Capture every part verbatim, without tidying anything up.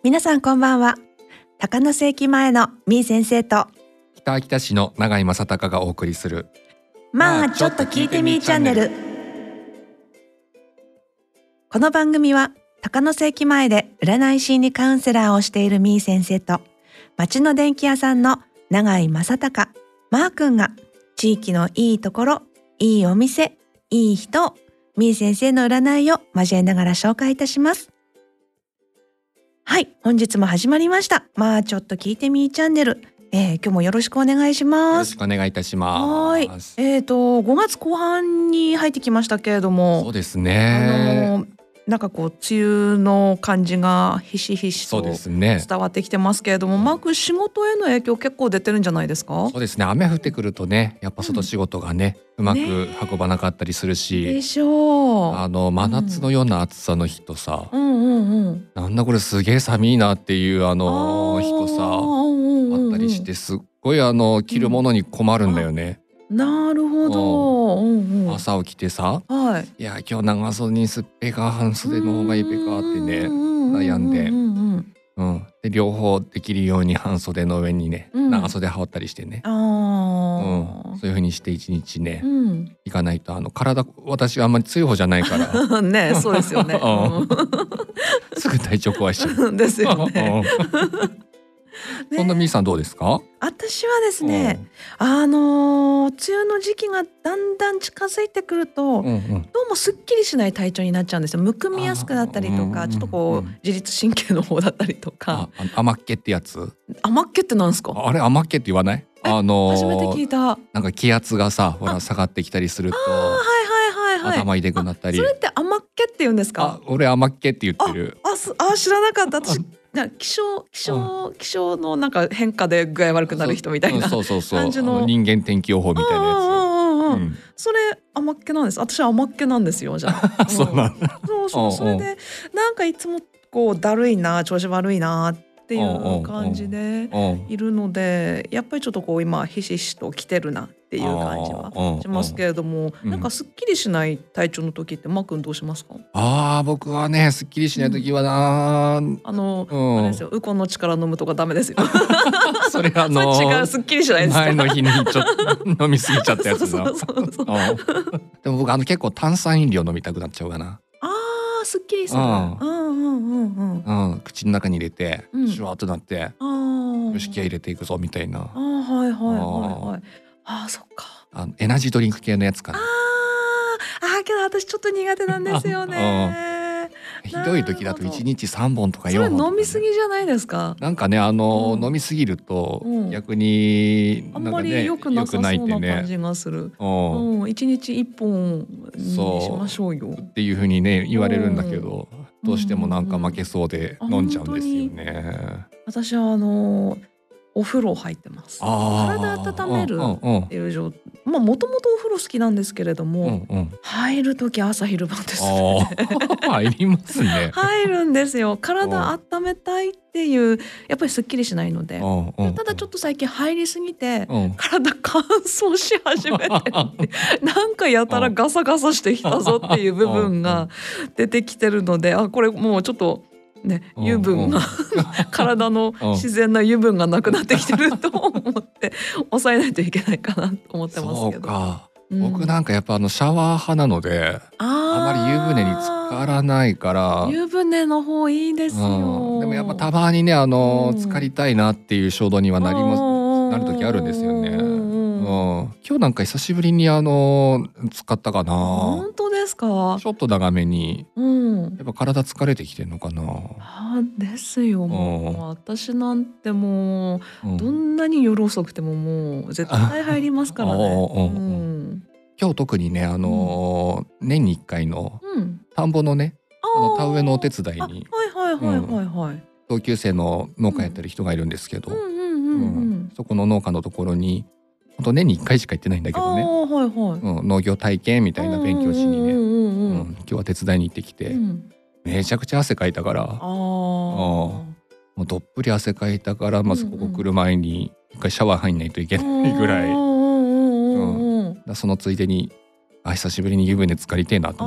皆さんこんばんは。高野瀬駅前のみー先生と北秋田市の永井正隆がお送りするまあちょっと聞いてみーチャンネル。この番組は高野瀬駅前で占い心理カウンセラーをしているみー先生と町の電気屋さんの永井正隆マー君が地域のいいところ、いいお店、いい人をみー先生の占いを交えながら紹介いたします。はい、本日も始まりました。まあちょっと聞いてみーチャンネル。えー、今日もよろしくお願いしよます。 ろしくお願いいたします。 はい、えーとごがつこう半に入ってきましたけれども、 そうですね。 あのなんかこう梅雨の感じがひしひしそうとですね。 伝わってきてますけれども、マー君仕事への影響結構出てるんじゃないですか？ そうですね。雨降ってくるとね、やっぱ外仕事がね、うまくね運ばなかったりするし、 でしょう。 あの真夏のような暑さの日とさ、 うんうんうん。 なんだこれすげえ寒いなっていうあのあー日とさ、 うんうんうんあったりして、すっごいあの着るものに困るんだよね。 なるほど。うんうん。 朝起きてさ、 はい。 いや今日長袖にすっぺか半袖の方がいいべかってね悩んで、 うんうんうん、で両方できるように半袖の上にね、 うん長袖羽織ったりしてね、 あうん、 あ、 そういう風にして一日ね、 うん行かないとあの体私あんまり強い方じゃないからね、そうですよね。 うんすぐ体調壊しちゃう。 うんですよね。 うんそんなみーさんどうですか？ 私はですね、あのー梅雨の時期がだんだん近づいてくると、 うんうんどうもすっきりしない体調になっちゃうんですよ。むくみやすくなったりとか、 あーちょっとこうんうんう自律神経の方だったりとか。 あ、あの甘っけってやつ、 甘っけってなんですか？ あれ甘っけって言わない？あのー初めて聞いた。あ、 なんか気圧がさほら下がってきたりするとはいはいはいはい。 頭痛くなったり、 それって甘っけって言うんですあか？ 俺甘っけって言ってる。 あ、すあ知らなかった。私な気象気象気象のなんか変化で具合悪くなる人みたいなそうそうそうそう、 感じのあの人間天気予報みたいなやうんうんうんうんつ。うんそれ甘っけなんです。私は甘っけなんですよ。じゃあ。 そうなんだ。 そうそう。それでなんかいつもこうだるいな、調子悪いなっていう感じでうんいるので、やっぱりちょっとこう今ひしひしと来てるなっていう感じはうんしますけれども、 うんなんかすっきりしない体調の時ってマー君どうしますか？ ああ僕はねすっきりしない時はな、 あの、 うんあれですよ、ウコンの力飲むとかダメですよ。 それあのそれ違う、すっきりしないですか？ 前の日にちょっと飲みすぎちゃったやつだ。 そうそうそうそう。 うんでも僕あの結構炭酸飲料飲みたくなっちゃうかな。 ああ、すっきりする。 ううんんうんうんうん。 うん口の中に入れてうんシュワーっとなって、 ああ。 よし気合い入れていくぞみたいな、 ああ、はいはいはいはい。ああ、そっか。 あのエナジードリンク系のやつかあな。 あ、ああ、けど私ちょっと苦手なんですよね。 ひどい時だといちにちさんぼんとかそれよんほんとかね、 飲みすぎじゃないですか？ なんかねあの、 うん飲みすぎるとうん逆にあんまりなんかね良くなさそう良くなってね、 感じがする。 うんうん、一日一本にしましょうよ。 っていう風にね言われるんだけど、どうしてもなんか負けそうでうん飲んじゃうんですよね。 私はあのお風呂入ってます。 あー体温めるうんうんっていう状態。まあもともとお風呂好きなんですけれども、 うんうん入る時朝昼晩です。 あー入りますね。 入るんですよ。体温めたいっていうやっぱりすっきりしないので。 うんうんただちょっと最近入りすぎて、 うん体乾燥し始めてるんでなんかやたらガサガサしてきたぞっていう部分が出てきてるので、あこれもうちょっとねうん油分が体の自然な油分がなくなってきてると思って抑えないといけないかなと思ってますそけど。 うか。 うん僕なんかやっぱあのシャワー派なので、あまり湯船に浸からないから。 湯船の方いいですよ。 うん、でもやっぱたまにねあの、 うん浸かりたいなっていう衝動にはなりますなる時あるんですよね。 うんうん、今日なんか久しぶりにあの使ったかな。 本当ですか？ ちょっと長めに。 うん。 やっぱ体疲れてきてんのかな。 あですよ。もう私なんてもううんどんなに夜遅くてももう絶対入りますからね。 ああああうん。 今日特にねあのー年にいっかいのうん。 田んぼのねあのあー田植えのお手伝いあにはいはいはいはいはい。 同級生の農家やってる人がいるんですけど、 うんうんうんううんん。 そこの農家のところに本当年にいっかいしか行ってないんだけあどね、 あはいはい。 うん、農業体験みたいな勉強しにね、 うんうんうんううんん今日は手伝いに行ってきて、 うん。 めちゃくちゃ汗かいたからああ。 もうどっぷり汗かいたからまずここ来る前に一回シャワー入んないといけないぐらい、 うんうんうんうんうん。 だそのついでにあ久しぶりに湯船浸かりてえなと思って。 あ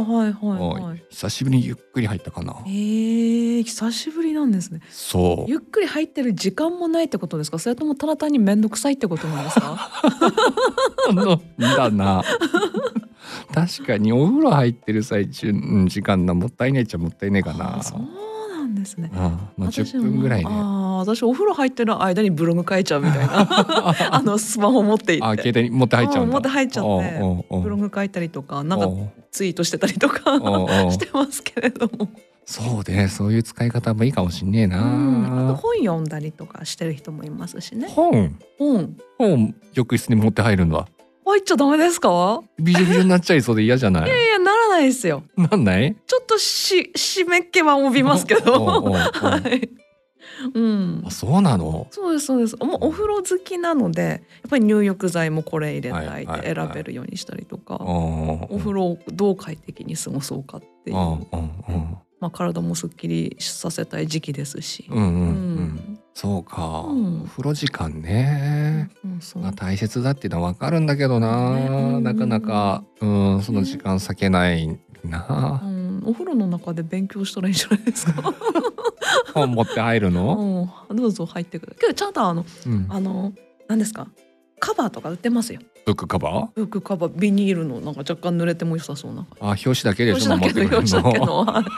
はいはいはい。 久しぶりにゆっくり入ったかな。 えー、久しぶりなんですね。 そうゆっくり入ってる時間もないってことですか？それともただ単に面倒くさいってことなんですか？ のだな確かにお風呂入ってる最中うん時間なもったいねえっちゃもったいねえかな。 あーそうなんですね。 うんまあ、じゅっ私もぷんぐらいね。 あー私お風呂入ってる間にブログ書いちゃうみたいなあのスマホ持っていってあ携帯に持って入っちゃうんだ。 持って入っちゃっておうおうおうブログ書いたりとかなんかおうツイートしてたりとかおうおうしてますけれども、 そうね、そういう使い方もいいかもしんねえうん、あとな。 本読んだりとかしてる人もいますしね。 本本本浴室に持って入るんだ。 入っちゃダメですか？ ビジョビジョになっちゃいそうで嫌じゃない。 いやいやならないですよ。 なんないちょっとし湿っ気は帯びますけどおうおうおうはいうんあ、そうなの。 そうですそうです。もうお風呂好きなのでやっぱり入浴剤もこれ入れたいはいってはいはい選べるようにしたりとか、 おお風呂をどう快適に過ごそうかっていう、 うんうんうんまあ、体もすっきりさせたい時期ですし、 うんうんううんんそうか、 うんお風呂時間ね、 そうそうまあ、大切だっていうのは分かるんだけどな、 ねうんなかなかうんその時間避けないな、 うん、お風呂の中で勉強したらいいんじゃないですか。 本持って入るの、 うん、どうぞ入ってくる。けどちゃんとあのうん、 あの何ですかカバーとか売ってますよ。 ブックカバーブックカバービニールのなんか若干濡れても良さそうな。 あ表紙だけで表その紙だけの持ってくる表紙だけのの。はい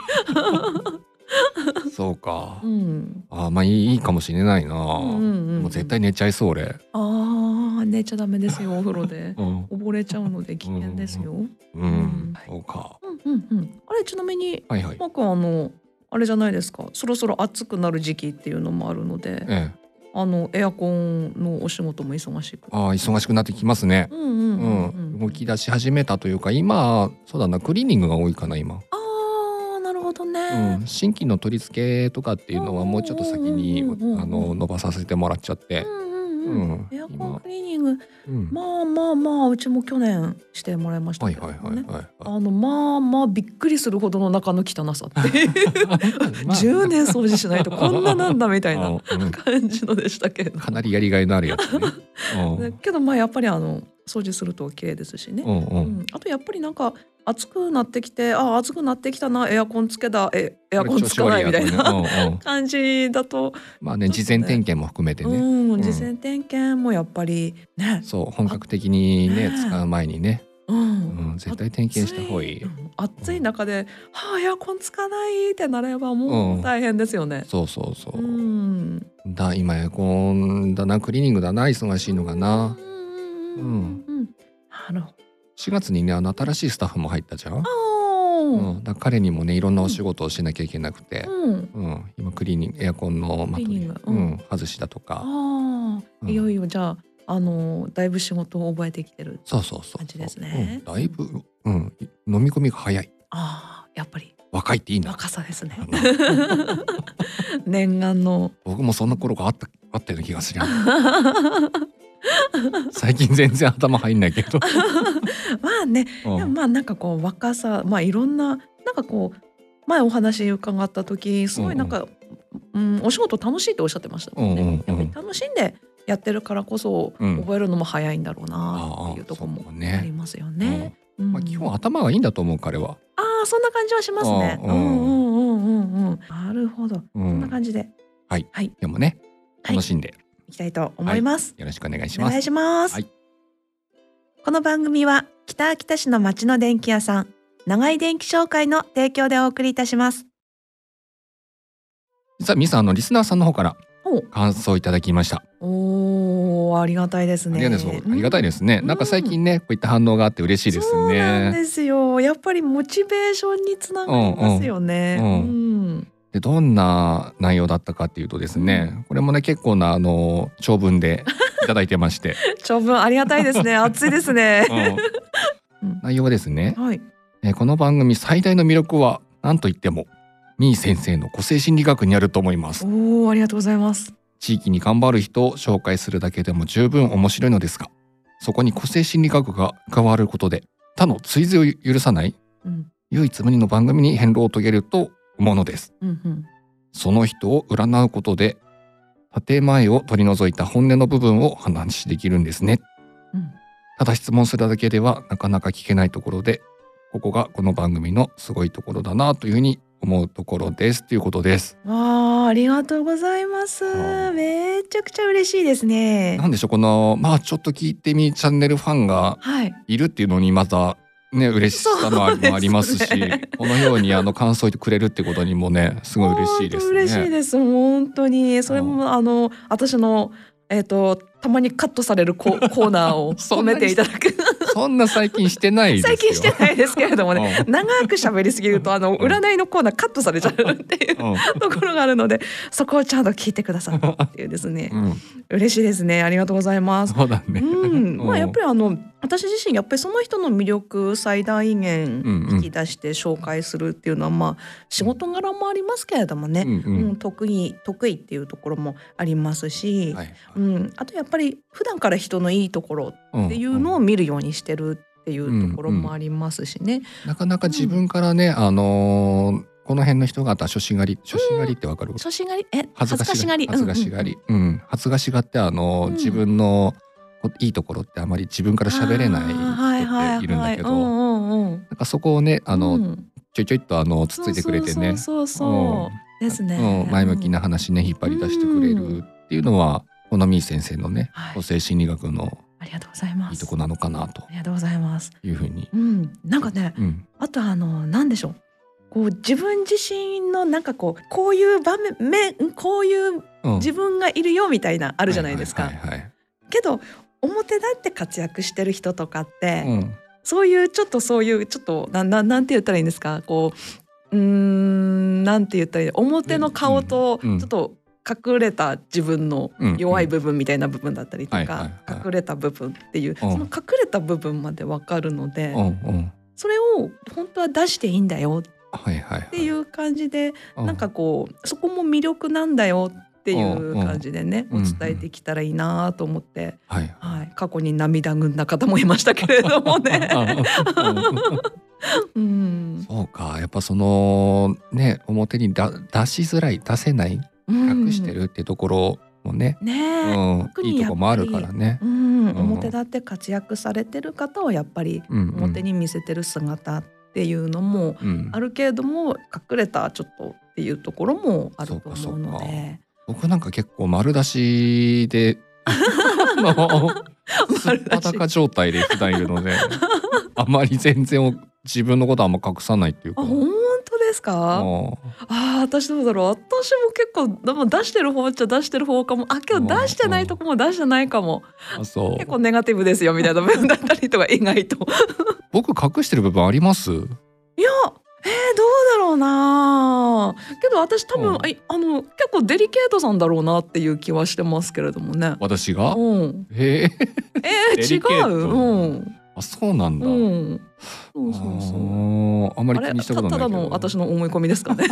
そうか、 うん。 あまあいいいいかもしれないな、 うんうんうんもう絶対寝ちゃいそう俺、 ああ寝ちゃダメですよお風呂で。 うん溺れちゃうので危険ですよ。 うん、 うんそうか、 うんうんうん。あれちなみにはいはい、 マー君あのあれじゃないですか。そろそろ暑くなる時期っていうのもあるので、 ええあのエアコンのお仕事も忙しく。 ああ忙しくなってきますね。 うんうんうんううんん、動き出し始めたというか今そうだなクリーニングが多いかな今、 ああなるほどうね。 ん、新規の取り付けとかっていうのはもうちょっと先にうんうんうんうんあの伸ばさせてもらっちゃってう、んうんうん。 うんエアコン今クリーニングうん、 まあまあまあうちも去年してもらいましたはいけどね。 はいはいはいはいあのまあまあびっくりするほどの中の汚さっていうまあじゅうねん掃除しないとこんななんだみたいなうんうん感じのでしたけれど、 かなりやりがいのあるやつね。 ねけどまあやっぱりあの掃除すると綺麗ですしね、 うんうんううんん、あとやっぱりなんか暑くなってきてあ暑くなってきたなエアコンつけたえエアコンつかないみたいなうんうん感じだと、 まあね事前点検も含めてね、 うん、事前点検もやっぱりね、 そう本格的にねね使う前にね、 うんうん、絶対点検した方がいい。 暑うん暑い中で「はあエアコンつかない」ってなればもう大変ですよね。 そうそうそうう、 んだ今エアコンだなクリーニングだな忙しいのかな。 うんうんうんうんなるほど。 しがつにねあの新しいスタッフも入ったじゃん。 あうーん、だから彼にもねいろんなお仕事をしなきゃいけなくて、 うんうん、今クリーニングエアコンのまとめ、 クリーニングううんん、外しだとか、 あうんあいよいよじゃああのだいぶ仕事を覚えてきてる。 そうそうそう感じですねうん、だいぶ、うん、飲み込みが早い。 ああやっぱり若いっていいな。 若さですね。念願の僕もそんな頃があったあったような気がする。最近全然頭入んないけど。 まあねうんでもまあなんかこう若さまあいろんななんかこう前お話伺った時すごいなんか、うんお仕事楽しいっておっしゃってましたもんね。 うんうんうんやっぱり楽しんでやってるからこそうん覚えるのも早いんだろうなああっていうところもそうねありますよね。うんまあ基本頭がいいんだと思う彼は。 ああそんな感じはしますね。 ううんんうんうんうんうん。なるほど。 うそんなん感じではい。 はいでもねはい楽しんでいきたいと思います。 よろしくお願いします。 お願いします。 はいこの番組は北秋田市の町の電気屋さん長井電気商会の提供でお送りいたします。 実はミさんあのリスナーさんの方からお感想いただきました。 おーありがたいですね。 ありがたいです。ありがたいですね。 うんなんか最近ねこういった反応があって嬉しいですそうなんね。 ですよ。やっぱりモチベーションにつながりますよね。 うんうんうんでどんな内容だったかっていうとですね、これもね結構なあの長文でいただいてまして、 長文ありがたいですね。熱いですね。 うんうん内容はですね、 はい。 えーこの番組最大の魅力は何と言ってもみー先生の個性心理学にあると思います。 おおありがとうございます。 地域に頑張る人を紹介するだけでも十分面白いのですが、そこに個性心理学が加わることで他の追随を許さないうん唯一無二の番組に変貌を遂げると思うのです。 うんうんその人を占うことで建前を取り除いた本音の部分を話できるんですね。 うんただ質問するだけではなかなか聞けないところでここがこの番組のすごいところだなというふうに思うところですということです。 わあ、ありがとうございます。 はあめちゃくちゃ嬉しいですね。 なんでしょう、このまあちょっと聞いてみチャンネルファンがはい。 いるっていうのにまたね嬉しさもあそうですねもありますし、このようにあの感想を言ってくれるってことにもねすごい嬉しいですね。 本当嬉しいです。本当にそれもあの私のえっ、とたまにカットされるココーナーを褒めていただく。 そんな最近してないですよ。 最近してないですけれどもね、 うん長く喋りすぎるとあの占いのコーナーカットされちゃうっていううんところがあるので、そこをちゃんと聞いてくださったっていうですね、 うん、 嬉しいですね。ありがとうございます。 そうだね。 うん、まあやっぱりりあの私自身やっぱりその人の魅力最大限うんうん引き出して紹介するっていうのは、まあ仕事柄もありますけれどもね、 うんうんうん得意得意っていうところもありますし、 はい、 うん、あとやっぱり普段から人のいいところっていうのを見るようにしてるっていうところもありますしね。 なかなか自分からね、あのーこの辺の人方初心狩り初心狩りってわかる？ 初心狩りえ恥ずかしがり恥ずかしがり、 うんうんうんうん、恥ずかしがってあのー、 うん自分のこいいところってあまり自分から喋れない人っているんだけど、 うんうんうんなんかそこをねあの、 うんちょいちょいっとあのつついてくれてね、 そうそうそうそうですね、 うん、前向きな話ね引っ張り出してくれるっていうのは、このみー先生のね、 はい個性心理学のありがとうございます。 いいとこなのかなとありがとうございます。 いうふうに、 うん、なんかね、 うんあとあのなんでしょう。こう自分自身のなんかこうこういう場面めこういううん、 自分がいるよみたいなあるじゃないですか。 はいはいはいけど表立って活躍してる人とかって、 はい、うんそういうちょっとそういうちょっとなななんて言ったらいいんですか。こううーんなんて言ったらいい表の顔とちうんうんょっと隠れた自分の弱い部分みたいな部分だったりとはいはいかはい隠れた部分っていうんその隠れた部分までわかるのでうんうんそれを本当は出していいんだよはいはいはいっていう感じでうんなんかこうそこも魅力なんだよっていう感じでねうんお伝えできたらいいなと思って、 はいはい、過去に涙ぐんだ方もいましたけれどもね。うんそうか、やっぱそのね表にだ出しづらい出せない隠してるっていうところもね、 ねうえ、 ん特にいいとこもあるからねう。ん、 うん表立って活躍されてる方をやっぱりうんうん表に見せてる姿っていうのもうんあるけれども隠れたちょっとっていうところもあると思うそうかそうので。 僕なんか結構丸出しであのすっ丸出しぱだか状態で普段いるのであまり全然自分のことあんま隠さないっていうか。 あ、本当ですか？ もああ、私どうだろう。私も結構でも出してる方っちゃ出してる方かも。あ、今日出してないとこも出してないかも。 うあそう結構ネガティブですよみたいな部分だったりとか意外と。 僕隠してる部分あります？ いや、えー、どうだろうな。けど私多分、 うんあいあの結構デリケートさんだろうなっていう気はしてますけれどもね。 私が？ うん。 へええー、 デリケート違う。うん。 あそうなんだ。 うん。そうそうそう。 あーあんまり気あれにしたことたたないけど。 だの私の思い込みですかね。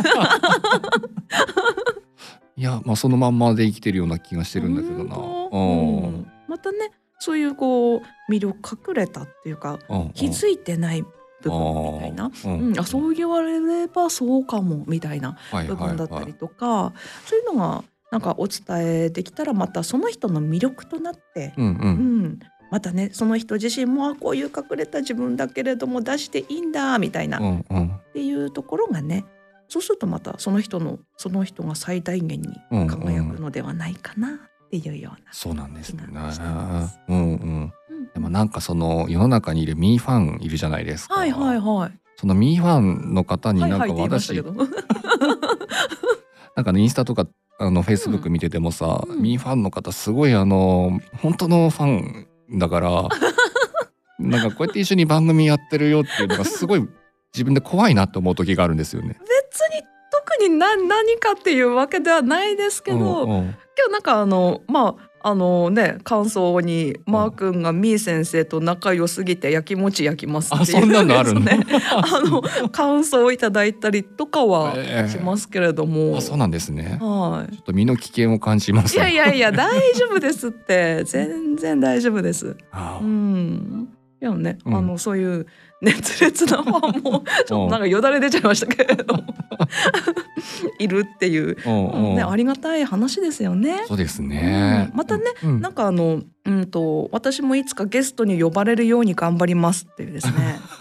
いやまあそのまんまで生きてるような気がしてるんだけどな。 本当うんうんまたねそういうこう魅力隠れたっていうかうん気づいてない部分みたいな、 ううんん、あそう言われればそうかもみたいな部はいはいはい分だったりとか、そういうのがなんかお伝えできたらまたその人の魅力となって、 うんううんん、またねその人自身もあこういう隠れた自分だけれども出していいんだみたいな、 うっんうんていうところがねそうするとまたその人のその人が最大限にうんうん輝くのではないかなっていうような。 そうなんですね。 気がしてますうんうん。 うんでもなんかその世の中にいるミーファンいるじゃないですか。 はいはいはい。 そのミーファンの方になんかはいはいって言いました私けど。 なんかねインスタとかあのフェイスブック見ててもさ、 うんミーファンの方すごいあの本当のファンだからなんかこうやって一緒に番組やってるよっていうのがすごい自分で怖いなって思う時があるんですよね。 別に特に何何かっていうわけではないですけど、 うんうん今日なんかあのまああのね感想にマー君がみー先生と仲良すぎて焼き餅焼きますっていうあそんなのあるのですねあの感想をいただいたりとかはええしますけれども、 あそうなんですね。 はちょっと身の危険を感じまい。 す。 いやいやいや大丈夫ですって全然大丈夫です。 あうーん。いやね、 うんあのそういう熱烈なファンもちょっとなんかよだれ出ちゃいましたけれどもいるっていう、 うんうんね、ありがたい話ですよね。 そうですね。 うんまたね、 うんなんかあの、うんと私もいつかゲストに呼ばれるように頑張りますっていうですね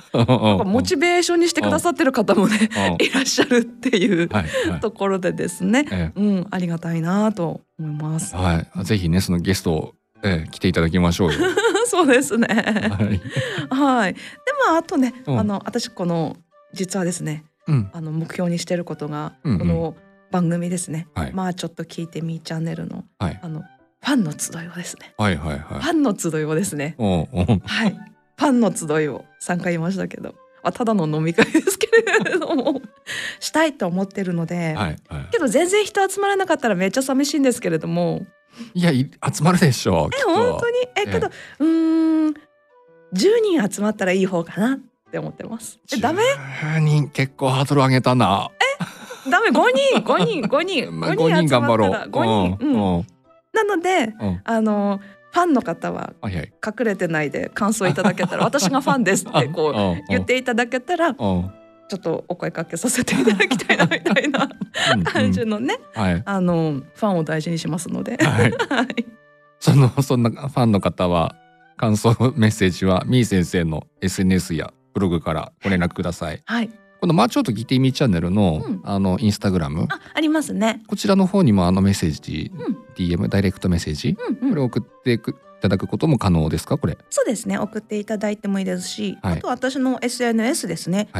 なんかモチベーションにしてくださってる方もねいらっしゃるっていうはいはいところでですね、 えうん、ありがたいなと思います。 えはい、ぜひねそのゲストを、ええ来ていただきましょうよ。 そうですね。 はいはい。でまああとね、 うんあの私この実はですね、 うんあの目標にしてることが、 うんうんこの番組ですね。 はいまあちょっと聞いてみーチャンネルのはいあのファンの集いをですね。 はいはいはい。 ファンの集いをですね。 おうおうはい。ファンの集いをさんかい言いましたけど、あただの飲み会ですけれどもしたいと思ってるので、 はいはい。 けど全然人集まらなかったらめっちゃ寂しいんですけれども、 いやい集まるでしょう。きえっと本当にえけど、うーんじゅうにん集まったらいい方かなって思ってます。えダメ？ じゅうにん結構ハードル上げたな。 ダメごにんごにんごにんまあごにん頑張ろう。 ごにん、うんうんうんなのでうんあのファンの方ははいはい。 隠れてないで感想いただけたら私がファンですってこううん言っていただけたらうんうんちょっとお声かけさせていただきたいなみたいなうん感じのね、 はいあのファンを大事にしますので、 はい。 はいそのそんなファンの方は感想メッセージはみー先生の エスエヌエス やブログからご連絡ください。 はい、 このまあちょっと聞いてみーチャンネルの、 うんあのインスタグラムあありますね。 こちらの方にもあのメッセージ、 うんディーエム ダイレクトメッセージ、 うんうん、 これを送っていただくことも可能ですかこれ。 そうですね送っていただいてもいいですし、 はいあと私の エスエヌエス ですね、 はい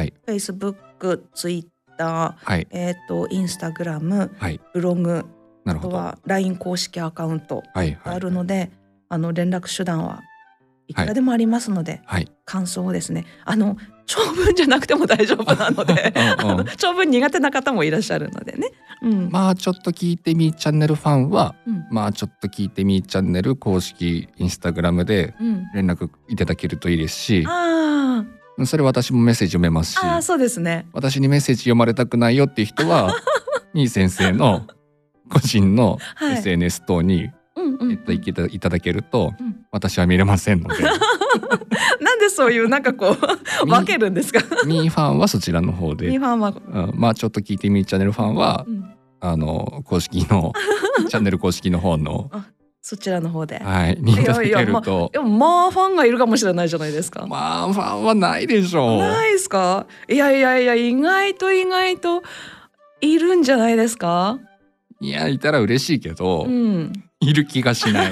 Facebook、Twitter、 はいえっ、と Instagram、 はいブログ、あなるほど。はとは ライン 公式アカウントいはいがあるので、あの連絡手段はいくらでもありますので、 はい。 感想をですねあの長文じゃなくても大丈夫なのでうんうんあの長文苦手な方もいらっしゃるのでね、うんまあちょっと聞いてみーチャンネルファンはうんまあちょっと聞いてみーチャンネル公式インスタグラムでうん、 連絡いただけるといいですし、 あそれ私もメッセージ読めますしー、あーそうですね。 私にメッセージ読まれたくないよっていう人はみー先生の個人のはいエスエヌエス 等に、 うんうんうんえっと、いけたいただけるとうん私は見れませんのでなんでそういうなんかこうみ分けるんですか？ みーファンはそちらの方ミーで、 ファンは、 うん、まあちょっと聞いてみーチャンネルファンはうん、 あの公式のチャンネル公式の方のそちらの方で。 はいにいただけるとでもまあファンがいるかもしれないじゃないですか。 まあファンはないでしょう。 ないですか？いやいやいや意外と意外といるんじゃないですか？ いやいたら嬉しいけど、 うん。 いる気がしない、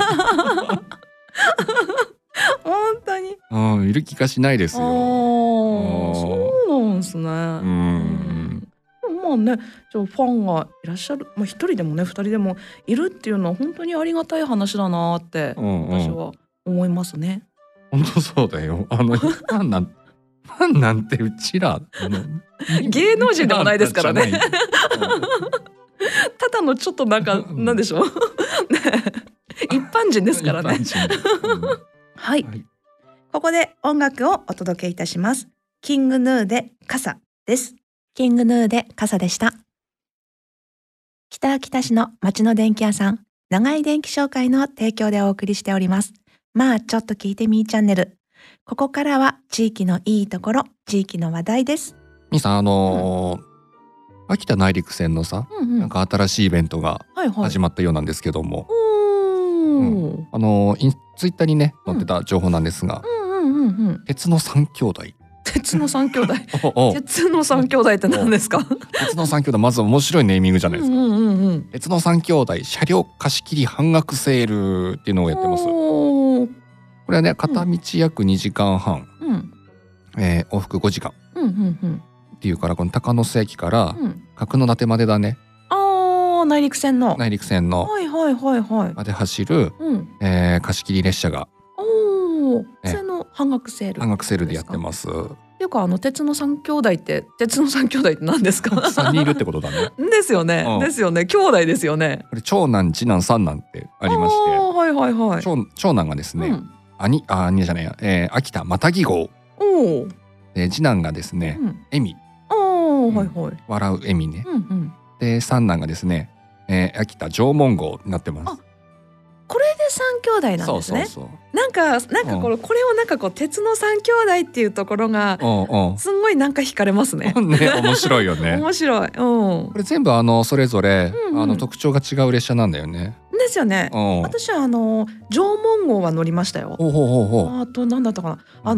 本当に。 うん、いる気がしないですああよ。 そうなんですね。 ううんんまあね、じゃあファンがいらっしゃる、まあ一人でもね、二人でもいるっていうのは本当にありがたい話だなってうんうん私は思いますね。 本当そうだよ。あのファンなんファンなんてうちらあの芸能人でもないですからねじゃないただのちょっとなんかうんなんでしょうね一般人ですからね。 一般人うんはい、 はいここで音楽をお届けいたします。キングヌーで傘です。キングヌーで傘でした。北秋田市の町の電気屋さん、長井電気商会の提供でお送りしております。まあちょっと聞いてみーチャンネル。ここからは地域のいいところ、地域の話題です。 みーさんあのー秋田内陸線のさ、 うんなんか新しいイベントがはいはい。 始まったようなんですけども、 おーあのーインツイッターにね載ってた情報なんですが、 うんうんうんうん。 鉄の三兄弟鉄の三兄弟。 おお鉄の三兄弟って何ですか？ 鉄の三兄弟まず面白いネーミングじゃないですか。 うんうんうんうん。 鉄の三兄弟車両貸し切り半額セールっていうのをやってます。こおーれはね片道約にじかんはん、 うんえー往復ごじかんうんうんうんっていうからこの高野瀬駅からうん。 角館までだね、 ああ内陸線の。 内陸線のはいはいはいはい。 まで走る、 うん。 えー貸し切り列車がおお。 えそれの半額セール。 半額セールでやってます。 す。っていうかあの鉄の三兄弟って鉄の三兄弟って何ですか？ さんにんいるってことだね。 ですよね、 うんですよね。兄弟ですよね。 これ長男次男三男ってありまして、 あーはいはいはい。 長長男がですね、 うん、 兄あ兄じゃないや、えー秋田またぎ号おお。 で次男がですねうん。 笑みおお、 うんはいはい。 笑う笑みね、 うんうん。 で三男がですね、えー秋田縄文号になってます。 これで三兄弟なんそうですね。 そうそう。 なんかなんかこれ、これをなんかこう鉄の三兄弟っていうところがうんうん。 すんごいなんか惹かれますね。 ね面白いよね。 面白い。うんこ。れ全部あのそれぞれ、 うんうんあの特徴が違う列車なんだよね。 ですよね。 うん。 私はあの縄文号は乗りましたよ。 ほうほうほうほう。 あとなんだったかな。あの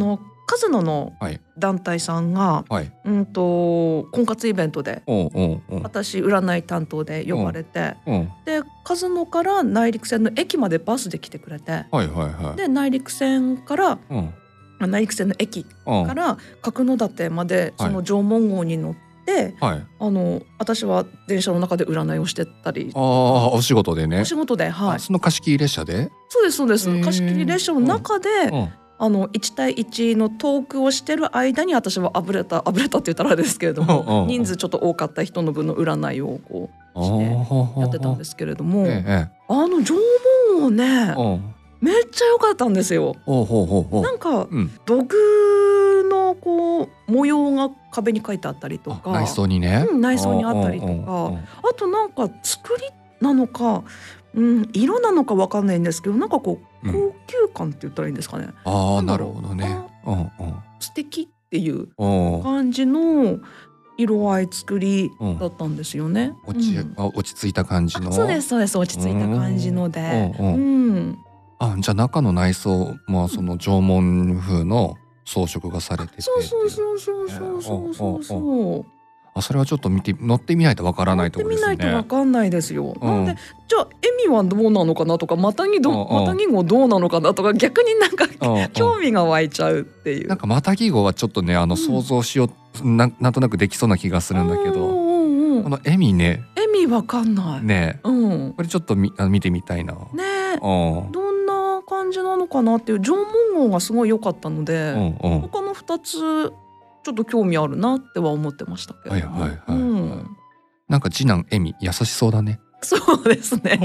カズノのはい団体さんが、 はい。 うんと婚活イベントでおうおうおう私占い担当で呼ばれて、 うんでカズノから内陸線の駅までバスで来てくれて、 はいはいはい。 で内陸線からうんあ内陸線の駅うんから角館までその縄文号に乗って、 はい。 あの私は電車の中で占いをしてたり、 ああお仕事でねお。仕事で、はい、 あその貸し切り列車で。 そうですそうですへー貸し切り列車の中で、 うんあのいち対いちのトークをしてる間に私はあぶれたあぶれたって言ったらあれですけれどうんうんうんも、人数ちょっと多かった人の分の占いをこあうしてーやってたんですけれども、 ええ。 あの縄文号ねうんめっちゃ良かったんですよ。 ほうほうほうほう。 なんかうん。 土偶のこう模様が壁に書いてあったりとか、 あ内装にね。 うん内装にあったりとかうんうんうんうんあとなんか作りなのか、うん、色なのかわかんないんですけど、なんかこううん高級感って言ったらいいんですかね、 ああなるなんだろうほどね。うんうん素敵っていううん。 感じの色合い作りだったんですよね。 落ち、 うんあ落ち着いた感じの。 そうですそうです、落ち着いた感じので、 うんううんあじゃあ中の内装もその縄文風の装飾がされてて。 そうそうそうそうそうそうそうそう。 あそれはちょっと見て乗ってみないとわからないところですね。 乗ってみないとわかんないですよ。 うんなんでじゃあエミはどうなのかなとかマタギどうんうんマタギ号どうなのかなとか逆になんかうんうん興味が湧いちゃうっていう。 なんかマタギ号はちょっとねあのうん想像しよう、ななんとなくできそうな気がするんだけど、 うんうんうんこのエミねエミわかんない。 ねうん。 これちょっとみあ見てみたいな。 ねうんどんな感じなのかなっていう縄文号がすごい良かったので、 うんうん。 他のふたつちょっと興味あるなっては思ってましたけれども。 はいはいはいはいうんなんか次男エミ優しそうだね。 そうですね。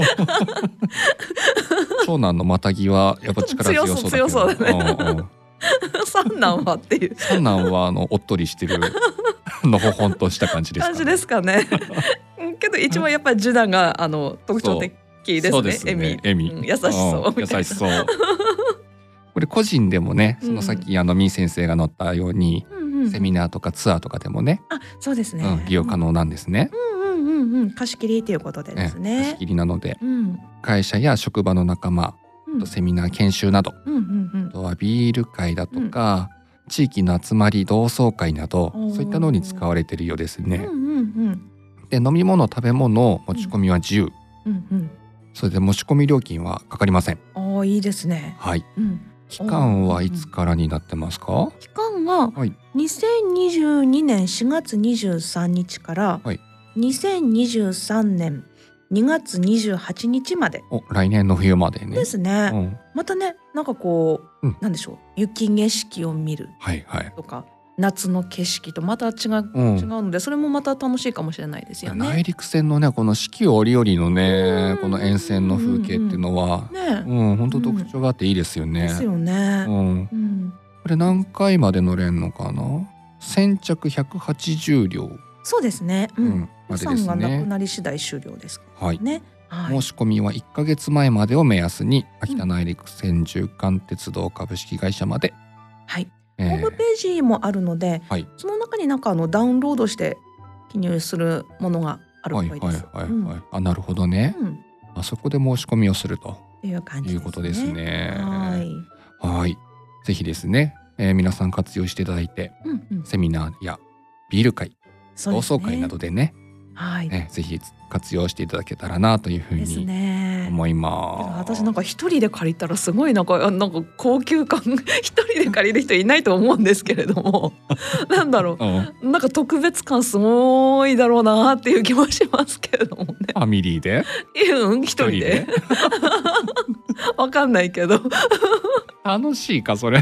長男のマタギはやっぱ力強そうだけど。 強そう強そうだねうんうん三男はっていう三男はあのおっとりしてるのほほんとした感じですかね。 感じですかね。けど一番やっぱり次男があの特徴的ですね。 そうですエミね。エミ、 うん優しそううんみたいな優しそう。これ個人でもね、そのさっきあのみー先生が乗ったように、 うんうんセミナーとかツアーとかでもね、 あ、そうですね。 うん、利用可能なんですね。 うんうんうんうん、貸し切りということでですね貸しね。 切りなので、 うん会社や職場の仲間、 うんとセミナー研修など、 うんうんあとはビール会だとか、地域の集まり同窓会など、 おーそういったのに使われているようですうんね。 うんうんで飲み物食べ物持ち込みは自由、 うんうん。 それで持ち込み料金はかかりません。 ああ、いいですね。 はい。 うん。 期間はいつからになってますか？ 期間ははいにせんにじゅうにねんしがつにじゅうさんにちからはいにせんにじゅうさんねんにがつにじゅうはちにちまでお来年の冬までね。 ですね。 うん、 またね、なんかこう、 うんなんでしょう、雪景色を見るはいはい。 とか夏の景色とまた違う、 うん違うので、それもまた楽しいかもしれないですよね。 内陸線のねこの四季折々のうんねこの沿線の風景っていうのは、 ねうん本当特徴があっていいですよね。 ですよね。 うん、 うん、 これ何回まで乗れんのかな？先着ひゃくはちじゅうりょう、 そうですね。ううんん、予までです算がなくね。 なり次第終了ですはい。 ね。はい。 申し込みはいっかげつまえまでを目安に秋田内陸線縦貫鉄道株式会社まで、 はい。 えーホームページもあるので、 はいその中になんかあのダウンロードして記入するものがあるっはいはいぽいです。 はいはい、 うんあなるほどね、 うん、っあそこで申し込みをするとていう感じですね。 いうことですね。 はい。 はいぜひですね、えー皆さん活用していただいてうんうん。 セミナーやビール会、同そうですね窓会などでね、 はい。 ねぜひ活用していただけたらなというふうですにね。 思います。 私なんか一人で借りたらすごいなんかあなんか高級感一人で借りる人いないと思うんですけれどもなんだろうん、フうなんか特別感すごいだろうなっていう気もしますけれどもね。 ァミリーでうん一人でわかんないけど楽しいかそれ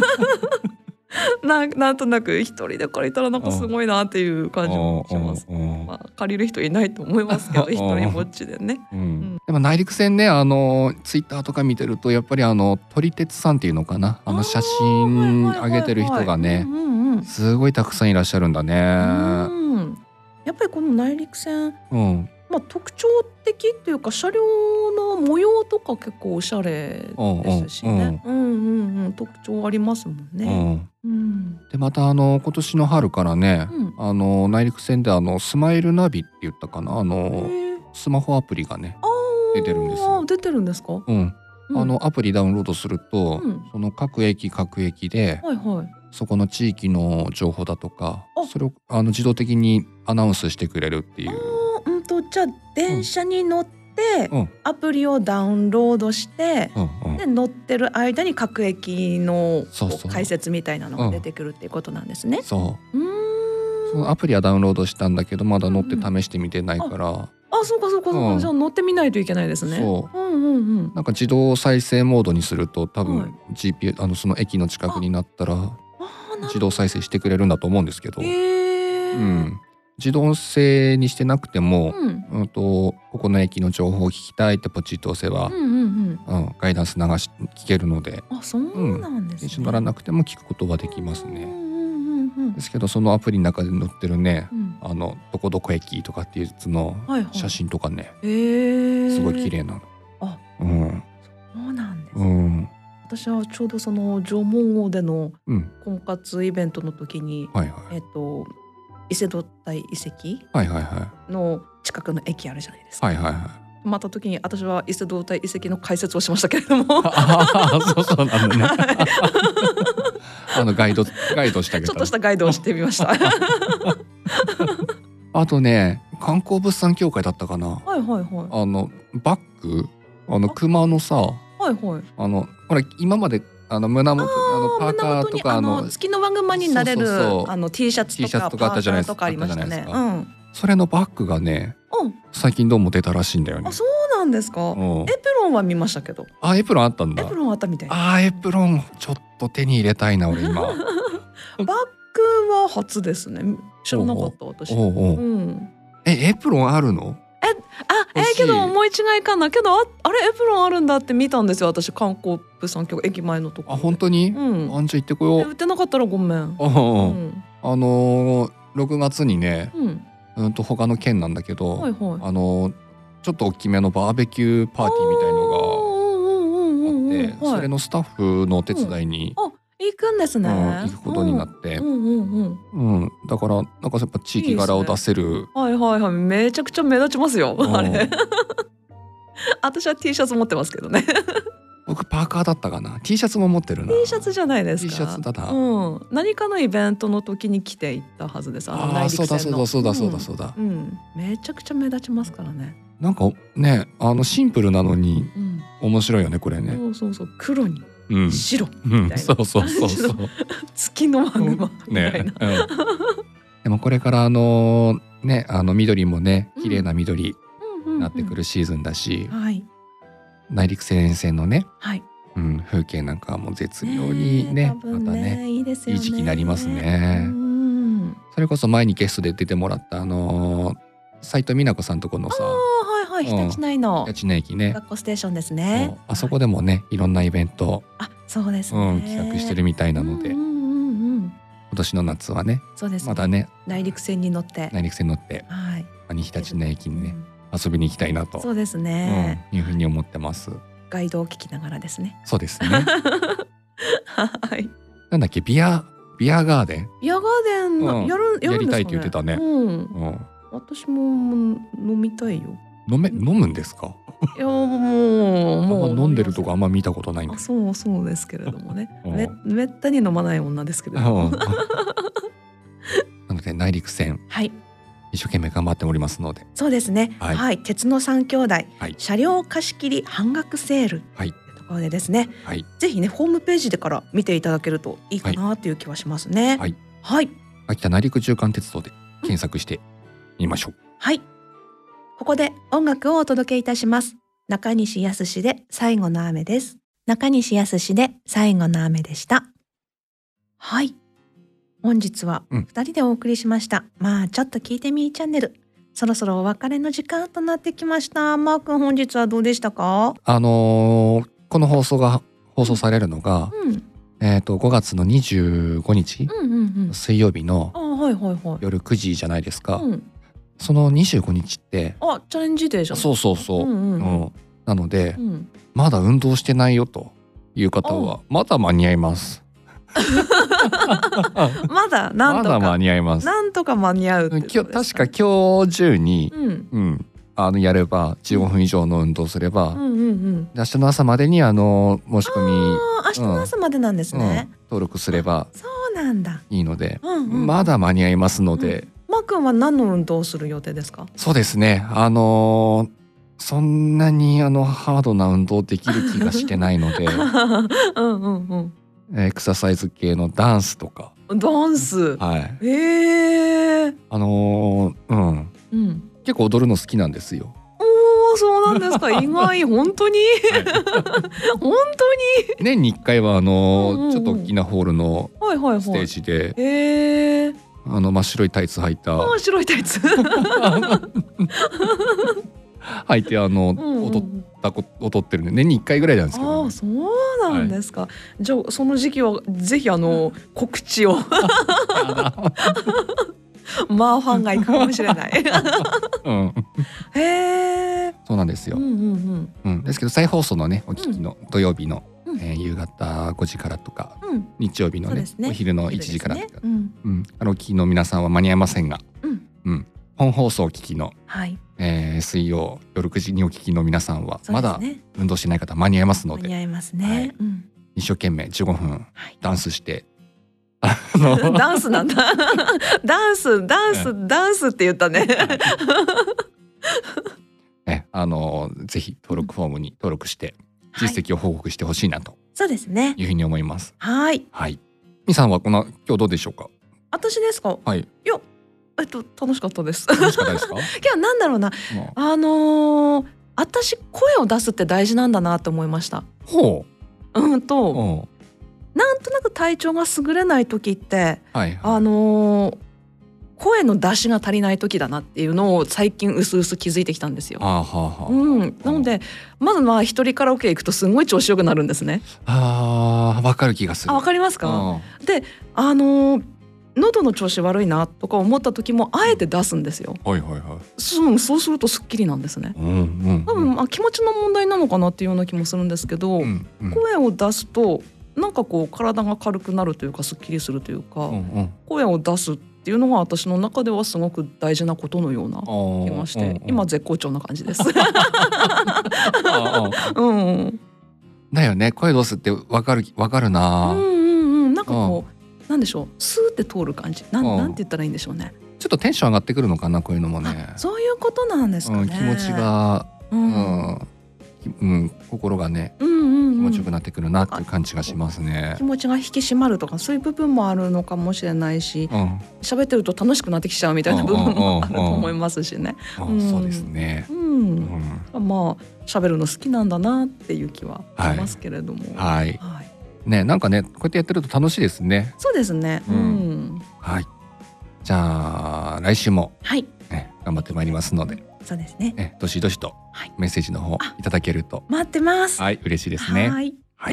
ななんとなく一人で借りたらなんかすごいなっていう感じもします。 うんうんうんまあ、借りる人いないと思いますけどうん一人ぼっちでね。 うんでも内陸線ねあのツイッターとか見てるとやっぱりあの撮り鉄さんっていうのかなあの写真上げてる人がねうんうんうんすごいたくさんいらっしゃるんだね。 うんやっぱりこの内陸線、 うんまあ、特徴的っていうか車両の模様とか結構おしゃれですしね、うんうんうん、特徴ありますもんうね。 ん、 うんでまたあの今年の春からね、 うんあの内陸線であのスマイルナビって言ったかなあへのースマホアプリがね、 あー出てるんですよ出てるんですか？ うん、 うんあのアプリダウンロードすると、 うんその各駅各駅ではいはい。 そこの地域の情報だとかあそれをあの自動的にアナウンスしてくれるっていう。 あーうんとじゃあ電車に乗って、 うんアプリをダウンロードして、 うんうんで乗ってる間に各駅のそうそうこう解説みたいなのが出てくるっていうことなんですね。 そううーんそのアプリはダウンロードしたんだけどまだ乗って試してみてないから、 あそうかそうかそうか、 うんじゃあ乗ってみないといけないですね。 そううんうんうんなんか自動再生モードにすると多はい分 ジーピーエス、あのその駅の近くになったらあーなる自動再生してくれるんだと思うんですけど、 へーうん、自動音声にしてなくても、 うんうんとここの駅の情報を聞きたいってポチッと押せばうん、うんうんうん、ガイダンス流し聞けるのであそうなんですね。 電車乗らなくても聞くことはできますね。 うんうんうんうんですけどそのアプリの中で載ってるねうんあのどこどこ駅とかっていうやつのはいはい写真とかね、 へーすごい綺麗なの。 あうんそうなんです、 うん私はちょうどその縄文王でのうん婚活イベントの時に、 はいはいえっと伊勢堂大遺跡はいはいはの近くの駅あるじゃないですか。 いはいはいはい泊まった時に私は伊勢堂大遺跡の解説をしましたけれどもああそうそうなんだねあのガイドガイドしてあげたちょっとしたガイドをしてみました。 あとね観光物産協会だったかな、 はいはいはいあのバッグあの熊のさはいはい。 あのほら今まであの胸元あのパーカーとかあの胸元にあの月のワグマになれるそうそうそうあの T シャツ T シャとかツとかあったじゃないですかパーカーとかありましたね。 あったじゃなういですん。 それのバッグがねうん。 最近どうも出たらしいんだよねあ。そうなんですか。 うんエプロンは見ましたけど。 あエプロンあったんだ。 エプロンあったみたいな。 あエプロンちょっと手に入れたいな俺今。 バッグは初ですね。知らなかった私。 おうおううん。 えエプロンあるの？ あ、え欲しいけど思い違いかな。けどあ、あれエプロンあるんだって見たんですよ。私観光物産協会駅前のところあで。 本当に？ うん。 あんじゃ行ってこよう。 え売ってなかったらごめん。 おううおう、 ん。 あのー、ろくがつにね、 うん。 うんと他の県なんだけど、 はいはい。 あのーちょっと大きめのバーベキューパーティーみたいのがあって、それのスタッフのお手伝いに、 あ、行くんですね。 うん行くことになって、 うんうんうん。 うん、だからなんかやっぱ地域柄を出せる。 はいはいはい。めちゃくちゃ目立ちますよ。 うんあれ。私は T シャツ持ってますけどね。 僕パーカーだったかな。T シャツも持ってるな。 T シャツじゃないですか。 T シャツだな。 うん。何かのイベントの時に着ていったはずです。あのああ内陸そう線のだそうだそうだそうだそうだ。 うん。うん。めちゃくちゃ目立ちますからね。 なんかねあのシンプルなのにうん。 面白いよねこれね。 そうそうそう。黒にうん。 白うん、 みたいなそうそうそうそう。 月のマグマみたいねな。、 うん。でもこれからあのねあの緑もねうん綺麗な緑にうんうんうんなってくるシーズンだし、 はい内陸線線のね、 はい。 うん、風景なんかはもう絶妙にね多分またねいいですよね。 いい時期になりますねうん。 それこそ前にゲストで出てもらったあの斉藤美奈子さんとこのさああはいはい。 うん日立内の八戸駅ね、 学校ステーションですそうね。 あそこでもねいろんなイベント、 あそうですうね。 ん、企画してるみたいなので、 うんうんうんうん。 今年の夏はねそうですね。 まだね内陸線に乗って。 内陸線乗ってはい。 日立の駅にねうん遊びに行きたいなと、 そうですね。 うん、いうふうに思ってます。 ガイドを聞きながらですね。 そうですねはい。 なんだっけビアビアガーデン、 ビアガーデンうんやるやるんですかね。 やりたいって言ってたねうん。 うん、 私も飲みたいよ。 飲め飲むんですか？ いやもうあもうんま飲んでるとこあんま見たことないんだあけそうそうですけれどもね。 うんめめったに飲まない女ですけれど、 ども。 うんなので内陸線はい。 一生懸命頑張っておりますので、 そうですね。 はいはい。鉄の三兄弟、 はい車両貸し切り半額セールはいというところでですね。 はいぜひねホームページでから見ていただけるといいかなっていう気はしますね。 はいはい。 秋田内陸中間鉄道で検索してみましょう。 はい。ここで音楽をお届けいたします。中西康で最後の雨です。中西康で最後の雨でした。はい。本日はうんふたりでお送りしました。まあちょっと聞いてみーチャンネル。そろそろお別れの時間となってきました。マー君本日はどうでしたか？ あのーこの放送が放送されるのが、 うん。 えっ、とごがつのにじゅうごにち、 うんうんうん。 水曜日のあはいはいはい。 夜くじじゃないですか。 うん。 そのにじゅうごにちってあチャレンジデーじゃん。 そうそうそう、 うんうんうんうんなので、 うん。 まだ運動してないよという方はまだ間に合います。 まだなんとか、 まだ間に合います。 なんとか間に合うっていう今日ことです確か今日中に、 うんうん、あのやればじゅうごふん以上の運動すれば、 うんうんうん。 で明日の朝までにあの申し込み、 ああ明日の朝までなんですね。 うん、登録すればそうななんだ。 いいので、 うんうん、 まだ間に合いますので、 うん、マー君は何の運動をする予定ですか？ そうですね、あのー、そんなにあのハードな運動できる気がしてないのでうんうんうん、 エクササイズ系のダンスとか。 ダンス、 はい、 えー、 あのー、うん、 うん、 結構踊るの好きなんですよ。 おー、そうなんですか。意外、本当に、はい、本当に年にいっかいはあのーうんうんうん、ちょっと大きなホールのステージで、はいはいはい、 えー、 あの真っ白いタイツ履いた真っ白いタイツ履いてあの、うんうん、踊ったこ踊ってるんで年にいっかいぐらいなんですけど、ね、 あ、そうなんですか、はい、じゃあその時期はぜひあの告知をまあファンがいくかもしれない、うん、へえ、 そうなんですよ、うんうんうんうん、ですけど再放送のねお聞きの土曜日の、うん、えー、夕方ごじからとか、うん、日曜日の ね, ねお昼のいちじからとか、ね、うんうん、あのお聞きの皆さんは間に合いませんが、うんうん、本放送をお聞きの、はい、えー、水曜夜くじにお聞きの皆さんは、ね、まだ運動しない方間に合いますので、間に合いますね、はい、うん、一生懸命じゅうごふん、はい、ダンスしてあのダンスなんだダンスダンス、うん、ダンスって言ったねね、あのぜひ登録フォームに登録して実績を報告してほしいなと、 そうですね、 いうふうに思います。 はい、 はい、みさんはこの今日どうでしょうか？ 私ですか？はい、いや、えっと楽しかったです。 楽しかったですか？いや、なんだろうな、うん、あのー、私声を出すって大事なんだなって思いました。 ほう、 うんと、うん、なんとなく体調が優れない時って、はいはい、あのー、声の出しが足りない時だなっていうのを最近うすうす気づいてきたんですよ。はあはあ、うん、なのでまずまあ一人カラオケ行くとすごい調子よくなるんですね。 あー、わかる気がする。 あ、わかりますか？で、あのー、喉の調子悪いなとか思った時もあえて出すんですよ。はいはいはい。そう、そうするとすっきりなんですね。うんうんうん、多分あ気持ちの問題なのかなっていうような気もするんですけど、うんうん、声を出すとなんかこう体が軽くなるというかすっきりするというか、うんうん、声を出すっていうのが私の中ではすごく大事なことのような気がして、うんうん、今絶好調な感じですうん、 だよね、声出すってわかるわかるな。 うんうんうん、なんかこう、うん、なんでしょう、スーって通る感じ、なん、なんて言ったらいいんでしょうね。 ちょっとテンション上がってくるのかな、こういうのもね。 そういうことなんですかね、うん、 気持ちが、うんうんうん、心がね、うんうんうん、気持ちよくなってくるなっていう感じがしますね。 気持ちが引き締まるとかそういう部分もあるのかもしれないし、喋、うん、ってると楽しくなってきちゃうみたいな部分もあると思いますしね。 そうですね、うんうん、まあ喋るの好きなんだなっていう気はしますけれども、 はい、はい、ね、なんかねこうやってやってると楽しいですね。 そうですね、うん、うん、 はい、じゃあ来週も、 はいね、頑張ってまいりますので、 そうですね、 ね、どしどしとメッセージの方いただけると、 待ってます。 はい、嬉しいですね。 はい、 はい、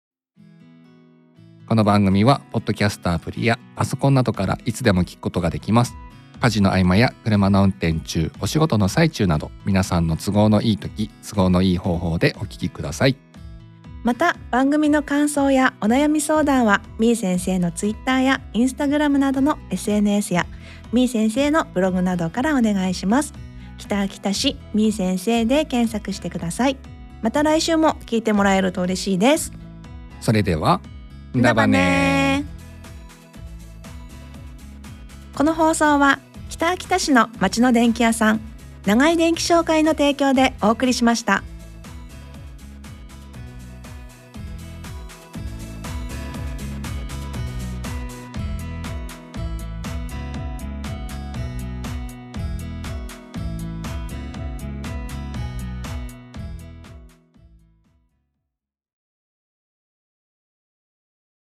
この番組はポッドキャストアプリやパソコンなどからいつでも聞くことができます。家事の合間や車の運転中、お仕事の最中など皆さんの都合のいい時、都合のいい方法でお聞きください。 また番組の感想やお悩み相談はみー先生のツイッターやインスタグラムなどの エスエヌエス やみー先生のブログなどからお願いします。北秋田市みー先生で検索してください。また来週も聞いてもらえると嬉しいです。 それではんだばね。 この放送は北秋田市の町の電気屋さん長井電気商会の提供でお送りしました。